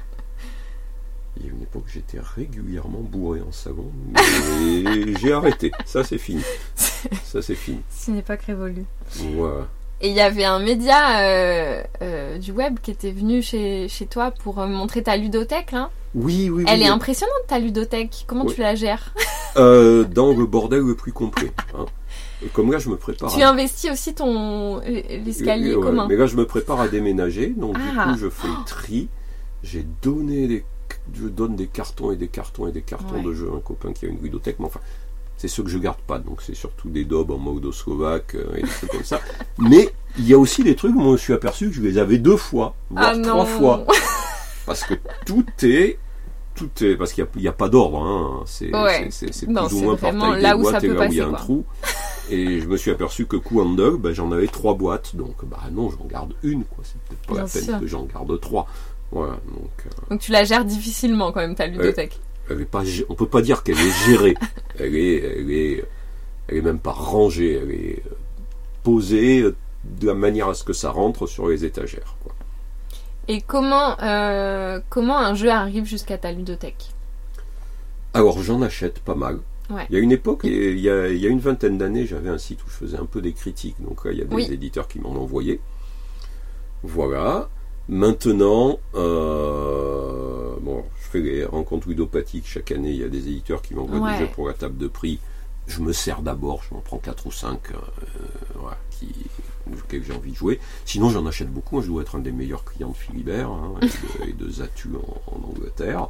Il y a une époque, j'étais régulièrement bourré en salon, mais j'ai arrêté. Ça, c'est fini. Ça, c'est fini. C'est une époque révolue. Voilà. Et il y avait un média du web qui était venu chez toi pour montrer ta ludothèque, là. Oui. Elle est impressionnante, ta ludothèque. Comment tu la gères? Dans le bordel le plus complet. Hein. Et comme là, je me prépare. Tu investis aussi l'escalier commun. Mais là, je me prépare à déménager, donc du coup, je fais le tri. Je donne des cartons et des cartons et des cartons de jeux à un copain qui a une ludothèque, mais enfin, c'est ceux que je garde pas, donc c'est surtout des daubes en moldoslovaque et des trucs comme ça. Mais il y a aussi des trucs où je me suis aperçu que je les avais 2 fois, voire 3 fois. Parce que tout est parce qu'il n'y a pas d'ordre, hein. C'est plus ou moins par taille des boîtes et là où il y a un trou. Et je me suis aperçu que Coup-Handle, j'en avais 3 boîtes, donc non, j'en garde une, quoi. C'est peut-être pas la peine que j'en garde 3. Voilà, donc tu la gères difficilement quand même, ta ludothèque. On peut pas dire qu'elle est gérée. elle est même pas rangée. Elle est posée de la manière à ce que ça rentre sur les étagères, quoi. Et comment un jeu arrive jusqu'à ta ludothèque? Alors j'en achète pas mal. Ouais. Il y a une époque, il y a une vingtaine d'années, j'avais un site où je faisais un peu des critiques. Donc là, il y a des éditeurs qui m'en envoyaient. Voilà. Maintenant, je fais les rencontres ludopathiques chaque année. Il y a des éditeurs qui m'envoient des jeux pour la table de prix. Je me sers d'abord, je m'en prends 4 ou 5 auxquels j'ai envie de jouer. Sinon, j'en achète beaucoup. Je dois être un des meilleurs clients de Philibert et de Zatu en Angleterre.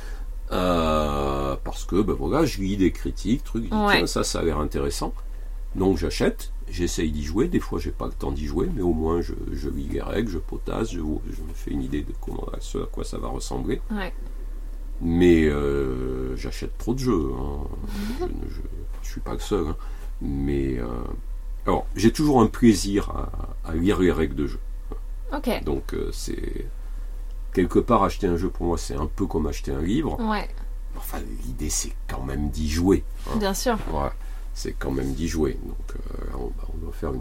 Parce que je lis des critiques, trucs, tiens, ça a l'air intéressant. Donc j'achète. J'essaye d'y jouer, des fois j'ai pas le temps d'y jouer, mais au moins je lis les règles, je potasse, je me fais une idée de à quoi ça va ressembler. Ouais. Mais j'achète trop de jeux, hein. Je suis pas le seul, hein. Mais alors j'ai toujours un plaisir à lire les règles de jeu. Ok. Donc quelque part, acheter un jeu pour moi, c'est un peu comme acheter un livre. Ouais. Enfin, l'idée, c'est quand même d'y jouer. Hein. Bien sûr. Voilà, c'est quand même d'y jouer. Donc, on doit faire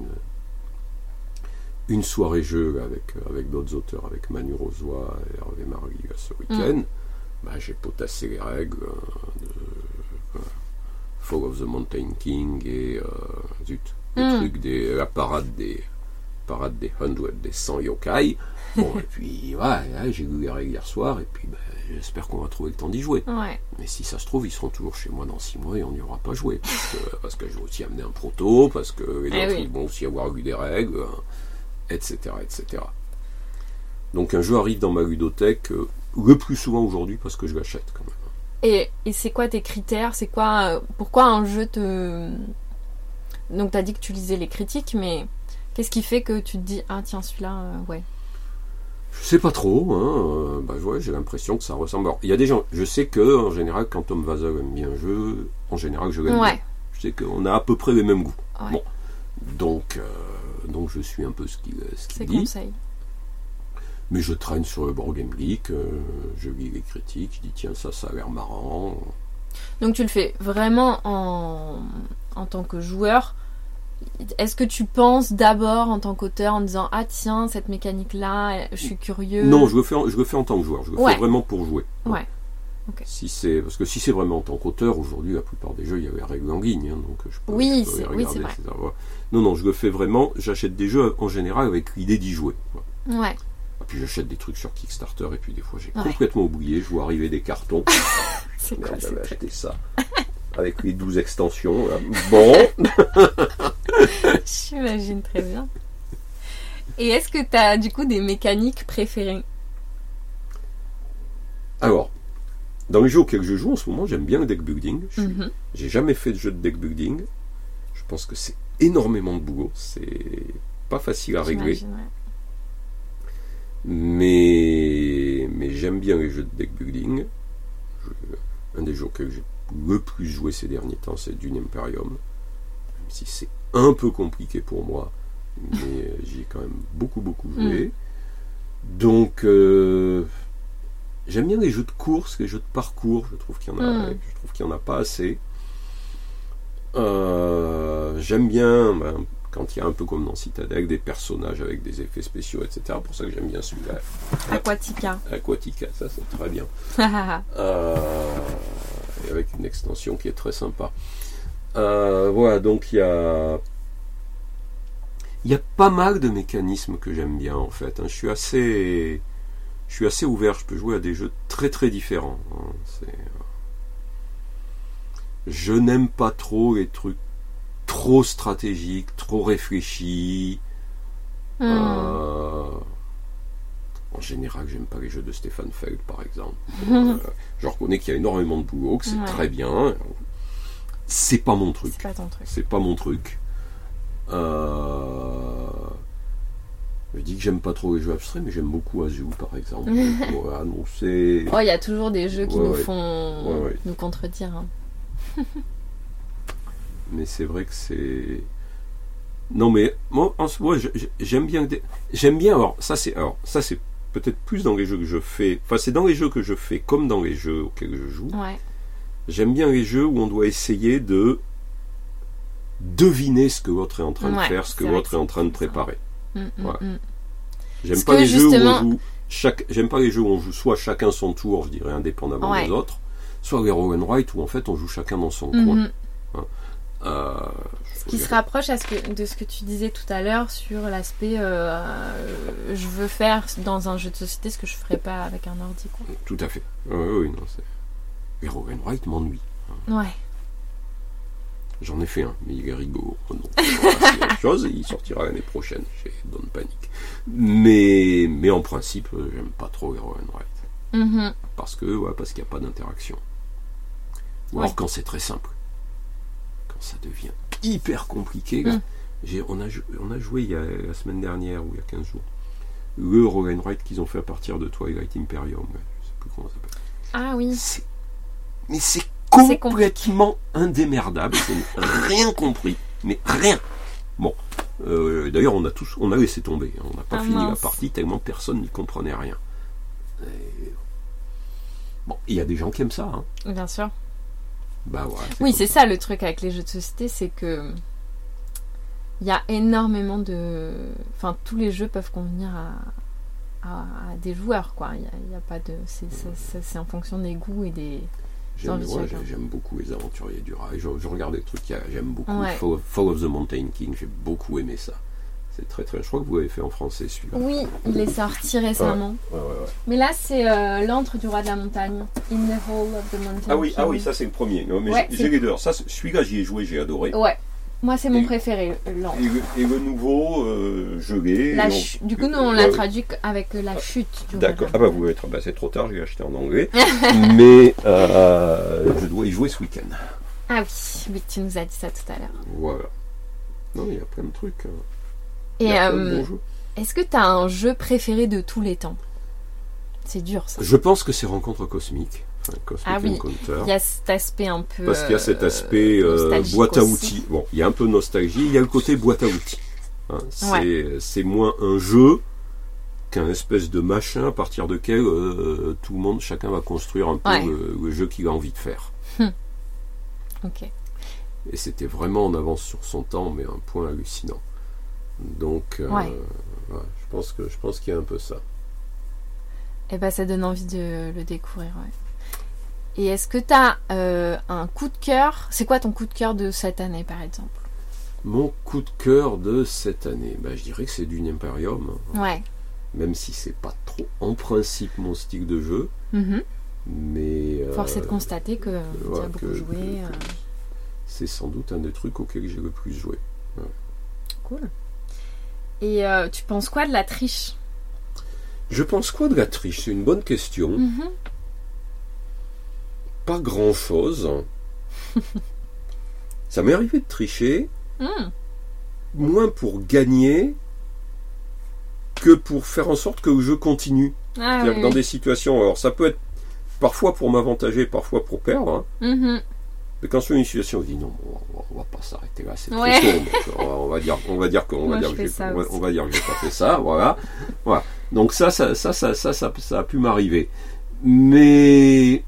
une soirée jeu avec d'autres auteurs, avec Manu Rozoy et Hervé Marguilla ce week-end. J'ai potassé les règles de Fall of the Mountain King et la parade des 100, des 100 yokai. Bon, et puis, j'ai lu les règles hier soir, et puis j'espère qu'on va trouver le temps d'y jouer. Ouais. Mais si ça se trouve, ils seront toujours chez moi dans 6 mois et on n'y aura pas joué. Parce que je vais aussi amener un proto, parce que les autres, ils vont aussi avoir lu des règles, etc., etc. Donc un jeu arrive dans ma ludothèque le plus souvent aujourd'hui parce que je l'achète quand même. Et c'est quoi tes critères? C'est quoi, pourquoi un jeu te... Donc t'as dit que tu lisais les critiques, mais qu'est-ce qui fait que tu te dis ah tiens celui-là ouais. Je sais pas trop, hein. J'ai l'impression que ça ressemble. Alors, il y a des gens, je sais que en général quand Tom Vasel aime bien un jeu, en général je l'aime bien. Je sais qu'on a à peu près les mêmes goûts. Ouais. Bon, donc je suis un peu ce qu'il C'est dit. conseil. Mais je traîne sur le Board Game Geek, je lis les critiques, je dis tiens ça a l'air marrant. Donc tu le fais vraiment en tant que joueur. Est-ce que tu penses d'abord en tant qu'auteur en disant ah tiens cette mécanique là je suis curieux? Non, je le fais en tant que joueur, je le fais vraiment pour jouer. Ouais. Okay. Parce que si c'est vraiment en tant qu'auteur, aujourd'hui la plupart des jeux il y a les règles en ligne, hein, donc je peux les regarder, c'est vrai. etc. Non, je le fais vraiment, j'achète des jeux en général avec l'idée d'y jouer. Ouais. Et puis j'achète des trucs sur Kickstarter et puis des fois j'ai complètement oublié, je vois arriver des cartons. C'est quoi j'avais acheté ça avec les 12 extensions. Là. Bon. J'imagine très bien. Et est-ce que tu as du coup des mécaniques préférées? Alors, dans les jeux auxquels je joue en ce moment, j'aime bien le deck building. J'ai jamais fait de jeu de deck building. Je pense que c'est énormément de boulot. C'est pas facile à régler. Mais j'aime bien les jeux de deck building. Un des jeux auxquels j'ai le plus joué ces derniers temps, c'est Dune Imperium. Même si c'est un peu compliqué pour moi, mais j'y ai quand même beaucoup joué. Donc j'aime bien les jeux de course, les jeux de parcours. Je trouve qu'il y en a pas assez. J'aime bien quand il y a un peu comme dans Citadel des personnages avec des effets spéciaux, etc. Pour ça que j'aime bien celui-là. Aquatica, ça c'est très bien. Et avec une extension qui est très sympa. Voilà, donc il y a pas mal de mécanismes que j'aime bien en fait. Je suis assez ouvert. Je peux jouer à des jeux très très différents. Je n'aime pas trop les trucs trop stratégiques, trop réfléchis. En général, j'aime pas les jeux de Stefan Feld, par exemple. Je reconnais qu'il y a énormément de boulot, que c'est très bien. C'est pas mon truc. C'est pas mon truc. Je dis que j'aime pas trop les jeux abstraits, mais j'aime beaucoup Azul, par exemple. Voilà, non, c'est... il y a toujours des jeux qui nous font nous contredire. Hein. Mais c'est vrai que c'est... Non, mais moi, j'aime bien... Alors, ça c'est peut-être plus dans les jeux que je fais... Enfin, c'est dans les jeux que je fais comme dans les jeux auxquels je joue. Ouais. J'aime bien les jeux où on doit essayer de deviner ce que l'autre est en train de faire, ce que l'autre est en train de préparer. J'aime pas les jeux où on joue j'aime pas les jeux où on joue soit chacun son tour, je dirais indépendamment des autres, soit les roll and write où en fait on joue chacun dans son coin. Ce qui se rapproche de ce que tu disais tout à l'heure sur l'aspect je veux faire dans un jeu de société ce que je ferais pas avec un ordi, quoi. Tout à fait. Oui, non, c'est... Les roll and write m'ennuient. Ouais. J'en ai fait un, mais il est rigolo. Donc, c'est autre chose, et il sortira l'année prochaine chez Don't Panic. Mais en principe, j'aime pas trop les roll and write. Parce qu'il n'y a pas d'interaction. Ou alors quand c'est très simple. Quand ça devient hyper compliqué. Là, on a joué la semaine dernière, ou il y a 15 jours, le roll and write qu'ils ont fait à partir de Twilight Imperium. Je sais plus comment ça s'appelle. Ah oui. Mais c'est complètement indémerdable. Je n'ai rien compris. Mais rien. Bon. D'ailleurs, on a laissé tomber. On n'a pas fini la partie tellement personne n'y comprenait rien. Et... Bon, il y a des gens qui aiment ça. Hein. Bien sûr. Bah ouais. Oui, c'est ça le truc avec les jeux de société, c'est que il y a énormément de... Enfin, tous les jeux peuvent convenir à des joueurs, quoi. Il y a pas de... C'est en fonction des goûts et des... J'aime beaucoup les aventuriers du rail. Je regarde des trucs j'aime beaucoup. Ouais. Fall of the Mountain King, j'ai beaucoup aimé ça. C'est très très... Je crois que vous l'avez fait en français, celui-là. Oui, il est sorti récemment. Ouais. Mais là, c'est l'antre du roi de la montagne. In the Hall of the Mountain King. Ah oui, ça c'est le premier. Non, mais Ouais, j'ai les deux. Ça, celui-là, j'y ai joué, j'ai adoré. Ouais. Moi, c'est mon préféré, l'antre. Et le nouveau, je l'ai. Du coup, nous, on l'a traduit avec la chute du roi. D'accord. Ah bah vous être... c'est trop tard, j'ai acheté en anglais. Mais je dois y jouer ce week-end. Ah oui, tu nous as dit ça tout à l'heure. Voilà. Non, il y a plein de trucs. Et bon jeu. est-ce que tu as un jeu préféré de tous les temps? C'est dur, ça. Je pense que c'est Rencontre Cosmique. Enfin, Cosmic Encounter. Il y a cet aspect un peu... Parce qu'il y a cet aspect boîte à outils. Bon, il y a un peu nostalgie, il y a le côté boîte à outils. Hein, c'est moins un jeu qu'un espèce de machin à partir duquel tout le monde, chacun va construire un peu le jeu qu'il a envie de faire. Ok. Et c'était vraiment en avance sur son temps, mais un point hallucinant. Donc, je pense qu'il y a un peu ça. Et ben, ça donne envie de le découvrir, ouais. Et est-ce que tu as un coup de cœur? C'est quoi ton coup de cœur de cette année, par exemple? Mon coup de cœur de cette année, je dirais que c'est Dune Imperium. Ouais. Même si c'est pas trop, en principe, mon style de jeu. Mais... Force est de constater que tu as beaucoup joué. C'est sans doute un des trucs auxquels j'ai le plus joué. Ouais. Cool. Et tu penses quoi de la triche? Je pense quoi de la triche? C'est une bonne question. Pas grand-chose. Ça m'est arrivé de tricher, moins pour gagner que pour faire en sorte que le jeu continue. C'est-à-dire que dans des situations... Alors ça peut être parfois pour m'avantager, parfois pour perdre. Hein. Mais quand sur une situation, on dit non, on va pas s'arrêter là, c'est trop tôt. On va dire que j'ai pas fait ça, voilà. Donc ça a pu m'arriver. Mais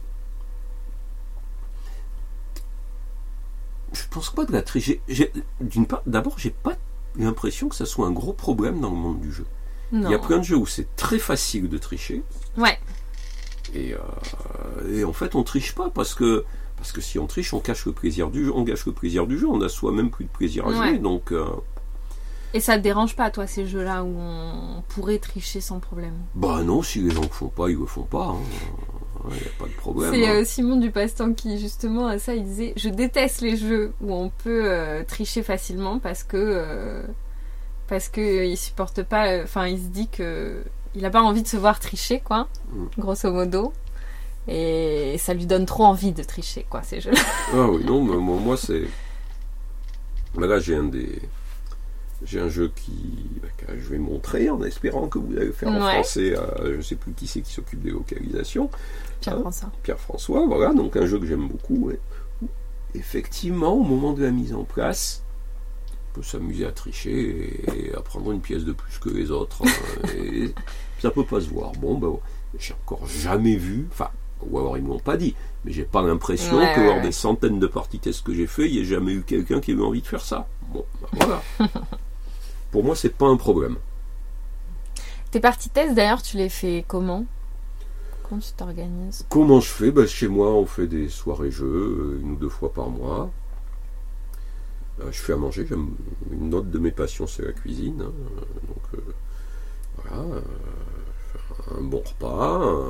je pense pas de la triche. D'une part, d'abord, j'ai pas l'impression que ça soit un gros problème dans le monde du jeu. Non. Il y a plein de jeux où c'est très facile de tricher. Ouais. Et en fait, on triche pas parce que si on triche, on cache le plaisir du jeu. On gâche le plaisir du jeu. On a soi-même plus de plaisir à jouer. Donc. Et ça te dérange pas, toi, ces jeux-là où on pourrait tricher sans problème? Bah non, si les gens le font pas, ils le font pas. Il n'y a pas de problème. C'est Simon du Passe-Temps qui, justement, à ça, il disait: je déteste les jeux où on peut tricher facilement parce que il supporte pas. Enfin, il se dit que il a pas envie de se voir tricher, quoi, grosso modo. Et ça lui donne trop envie de tricher, quoi, ces jeux-là. Ah oui, non, mais moi, c'est... Là, j'ai un jeu que je vais montrer en espérant que vous allez le faire en français. Je ne sais plus qui c'est qui s'occupe des localisations. Pierre-François, voilà. Donc un jeu que j'aime beaucoup. Effectivement, au moment de la mise en place, on peut s'amuser à tricher et à prendre une pièce de plus que les autres. Et ça peut pas se voir. Bon, j'ai encore jamais vu... ou alors ils ne m'ont pas dit, mais j'ai pas l'impression que lors des centaines de parties tests que j'ai fait, il n'y ait jamais eu quelqu'un qui ait eu envie de faire ça. Bon, voilà. Pour moi, c'est pas un problème. Tes parties tests, d'ailleurs, tu les fais comment? Comment tu t'organises? Comment je fais? Chez moi, on fait des soirées jeux, 1 ou 2 fois par mois. Je fais à manger, une autre de mes passions, c'est la cuisine. Donc, voilà. Un bon repas.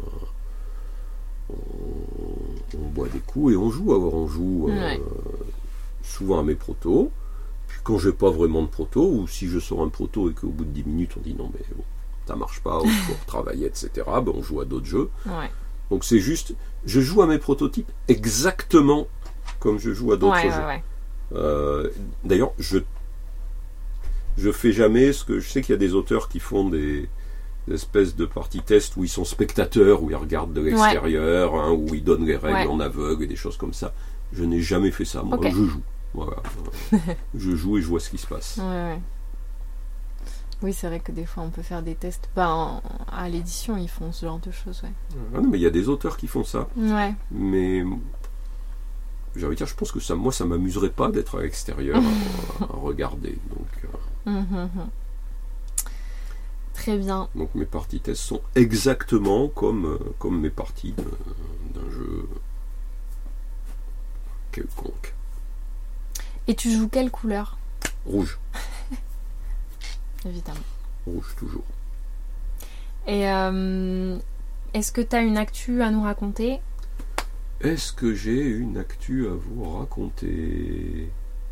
On boit des coups et on joue. Alors on joue souvent à mes protos. Puis quand j'ai pas vraiment de proto, ou si je sors un proto et qu'au bout de 10 minutes on dit non mais bon, ça marche pas, ou faut retravailler, etc. On joue à d'autres jeux. Donc c'est juste, je joue à mes prototypes exactement comme je joue à d'autres jeux. D'ailleurs, je fais jamais ce que je sais qu'il y a des auteurs qui font des espèces de parties test où ils sont spectateurs, où ils regardent de l'extérieur, où ils donnent les règles en aveugle et des choses comme ça. Je n'ai jamais fait ça. Moi, je joue. Voilà. Je joue et je vois ce qui se passe. Oui, c'est vrai que des fois on peut faire des tests. À l'édition, ils font ce genre de choses, ouais. Ah non, mais il y a des auteurs qui font ça. Ouais. Mais j'ai envie de dire, je pense que ça m'amuserait pas d'être à l'extérieur à regarder. Donc, Très bien. donc mes parties tests sont exactement comme mes parties d'un jeu quelconque. Et tu joues quelle couleur? Rouge. Évidemment. Rouge, toujours. Et est-ce que tu as une actu à nous raconter? Est-ce que j'ai une actu à vous raconter?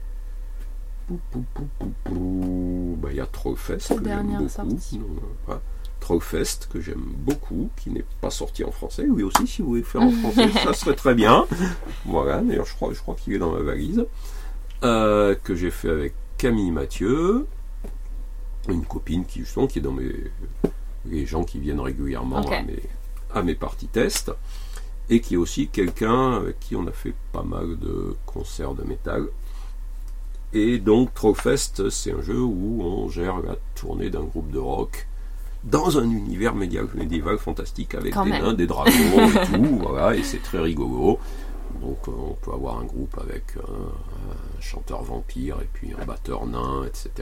Il y a Trollfest que j'aime beaucoup. Trollfest que j'aime beaucoup, qui n'est pas sorti en français. Oui aussi, si vous voulez faire en français, ça serait très bien. Voilà, d'ailleurs je crois qu'il est dans ma valise. Que j'ai fait avec Camille Mathieu, une copine qui est dans les gens qui viennent régulièrement à mes parties tests, et qui est aussi quelqu'un avec qui on a fait pas mal de concerts de métal. Et donc Trollfest, c'est un jeu où on gère la tournée d'un groupe de rock dans un univers médiéval fantastique avec des nains, des dragons et tout, voilà, et c'est très rigolo. Donc on peut avoir un groupe avec un chanteur vampire et puis un batteur nain, etc.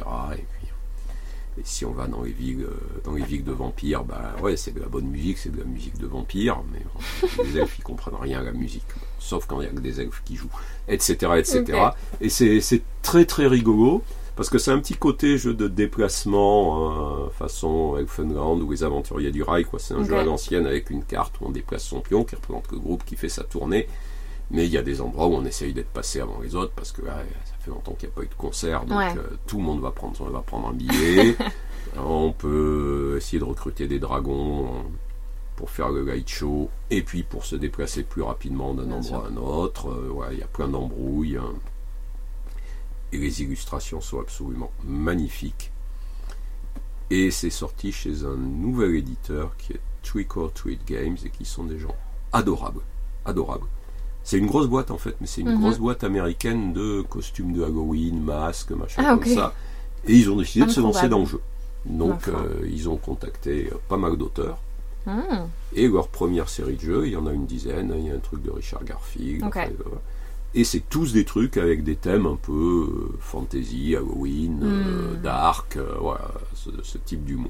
Et si on va dans les villes de vampires, c'est de la bonne musique, c'est de la musique de vampires, mais les elfes ils comprennent rien à la musique, sauf quand il y a que des elfes qui jouent, etc. Okay. Et c'est très très rigolo, parce que c'est un petit côté jeu de déplacement, façon Elfenland ou les Aventuriers du Rail, quoi. C'est un jeu à l'ancienne avec une carte où on déplace son pion qui représente le groupe qui fait sa tournée. Mais il y a des endroits où on essaye d'être passé avant les autres parce que ça fait longtemps qu'il n'y a pas eu de concert, donc tout le monde va prendre un billet. On peut essayer de recruter des dragons pour faire le light show et puis pour se déplacer plus rapidement d'un endroit à un autre. Il y a plein d'embrouilles. Et les illustrations sont absolument magnifiques. Et c'est sorti chez un nouvel éditeur qui est Trick or Treat Games et qui sont des gens adorables. C'est une grosse boîte en fait, mais c'est une grosse boîte américaine de costumes de Halloween, masques, machin comme ça. Et ils ont décidé de se lancer dans le jeu. Donc ils ont contacté pas mal d'auteurs. Et leur première série de jeux, il y en a une dizaine. Il y a un truc de Richard Garfield. Et c'est tous des trucs avec des thèmes un peu fantasy, Halloween, dark, ce type d'humour.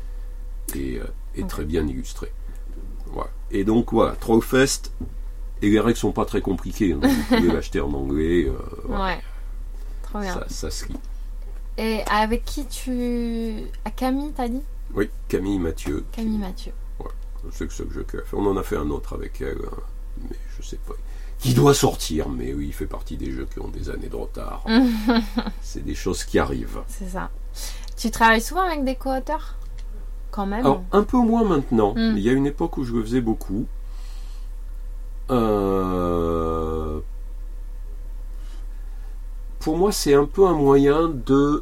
Et très bien illustré. Voilà. Et donc voilà, Trollfest. Et les règles sont pas très compliquées, hein. Vous pouvez l'acheter en anglais. Trop bien. Ça se lit. Et avec qui à Camille, t'as dit? Oui, Camille Mathieu. Camille Mathieu. Ouais, c'est que ce jeu qu'elle a fait. On en a fait un autre avec elle, mais je sais pas. Qui doit sortir, mais oui, il fait partie des jeux qui ont des années de retard. C'est des choses qui arrivent. C'est ça. Tu travailles souvent avec des co-auteurs? Quand même. Alors, un peu moins maintenant. Mais il y a une époque où je le faisais beaucoup. Pour moi, c'est un peu un moyen de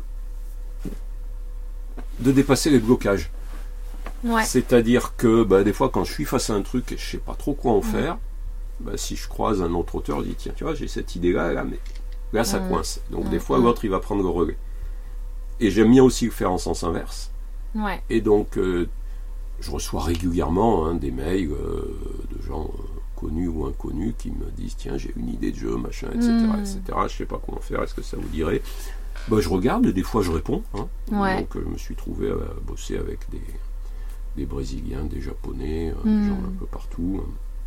dépasser les blocages. C'est-à-dire que des fois, quand je suis face à un truc et je sais pas trop quoi en faire, si je croise un autre auteur, je dis tiens, tu vois, j'ai cette idée-là, mais là, ça coince. Donc des fois, l'autre, il va prendre le relais. Et j'aime bien aussi le faire en sens inverse. Et donc, je reçois régulièrement des mails de gens connus ou inconnus qui me disent tiens, j'ai une idée de jeu, machin, etc. Je sais pas comment faire, est-ce que ça vous dirait? Je regarde et des fois je réponds. Donc je me suis trouvé à bosser avec des Brésiliens, des Japonais, des gens un peu partout.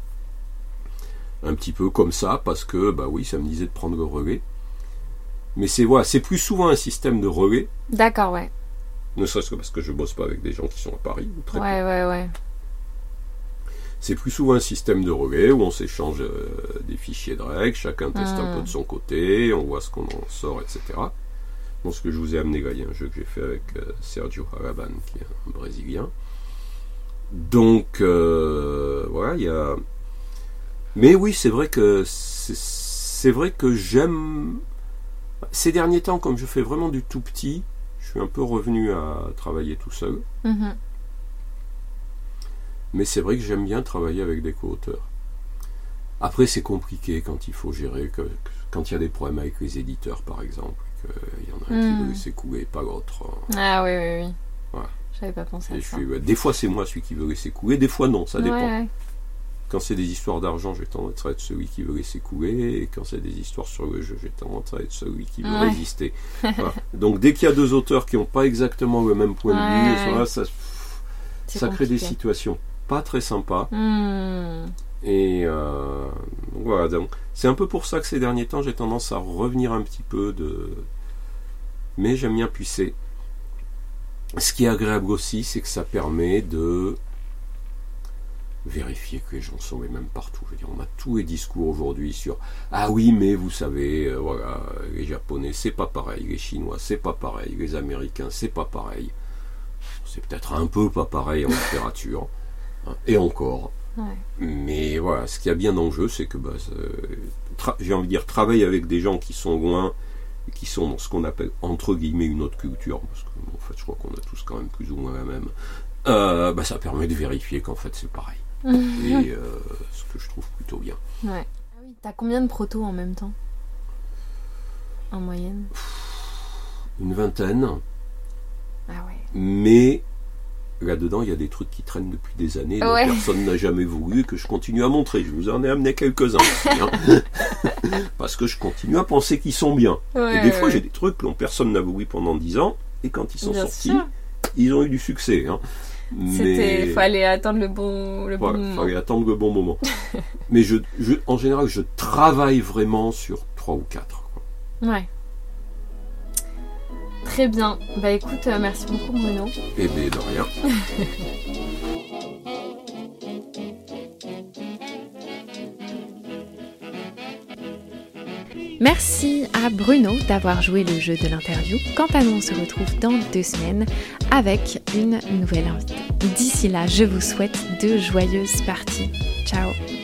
Un petit peu comme ça, parce que oui, ça me disait de prendre le relais. Mais c'est plus souvent un système de relais. D'accord, ouais. Ne serait-ce que parce que je bosse pas avec des gens qui sont à Paris ou très peu. Ouais. C'est plus souvent un système de relais où on s'échange des fichiers de règles, chacun teste un peu de son côté, on voit ce qu'on en sort, etc. Bon, ce que je vous ai amené là, il y a un jeu que j'ai fait avec Sergio Haraban, qui est un Brésilien. Donc, voilà, il y a... Mais oui, c'est vrai que j'aime... Ces derniers temps, comme je fais vraiment du tout petit, je suis un peu revenu à travailler tout seul. Mais c'est vrai que j'aime bien travailler avec des co-auteurs. Après, c'est compliqué quand il faut gérer, quand il y a des problèmes avec les éditeurs, par exemple, qu'il y en a un qui veut laisser couler, pas l'autre. Ah oui. Ouais. J'avais pas pensé à ça. Des fois, c'est moi celui qui veut laisser couler, des fois, non, ça dépend. Ouais. Quand c'est des histoires d'argent, j'ai tendance à être celui qui veut laisser couler, et quand c'est des histoires sur le jeu, j'ai tendance à être celui qui veut résister. Voilà. Donc, dès qu'il y a deux auteurs qui n'ont pas exactement le même point de vue, ça crée des situations pas très sympas. Et voilà, donc c'est un peu pour ça que ces derniers temps, j'ai tendance à revenir un petit peu mais j'aime bien puiser. Ce qui est agréable aussi, c'est que ça permet de vérifier que les gens sont les mêmes partout. Je veux dire, on a tous les discours aujourd'hui sur ah oui, mais vous savez, voilà, les Japonais c'est pas pareil, les Chinois c'est pas pareil, les Américains c'est pas pareil. C'est peut-être un peu pas pareil en littérature, hein, et encore. Ouais. Mais voilà, ce qu'il y a bien dans le jeu, c'est que j'ai envie de dire, travailler avec des gens qui sont loin, qui sont dans ce qu'on appelle entre guillemets une autre culture, parce que en fait je crois qu'on a tous quand même plus ou moins la même, ça permet de vérifier qu'en fait c'est pareil. Et ce que je trouve plutôt bien. Ouais. Ah oui, t'as combien de protos en même temps en moyenne? Une vingtaine. Ah ouais. Mais là-dedans, il y a des trucs qui traînent depuis des années, dont personne n'a jamais voulu, que je continue à montrer. Je vous en ai amené quelques-uns aussi, hein. Parce que je continue à penser qu'ils sont bien. Et des fois, j'ai des trucs dont personne n'a voulu pendant 10 ans, et quand ils sont sortis, ils ont eu du succès. Hein. Il fallait attendre le bon moment. Fallait attendre le bon moment. Mais en général, je travaille vraiment sur 3 ou 4. Quoi. Ouais. Très bien. Bah écoute, merci beaucoup Bruno. Eh bien, de rien. Merci à Bruno d'avoir joué le jeu de l'interview. Quant à nous, on se retrouve dans 2 semaines avec une nouvelle invitée. D'ici là, je vous souhaite de joyeuses parties. Ciao.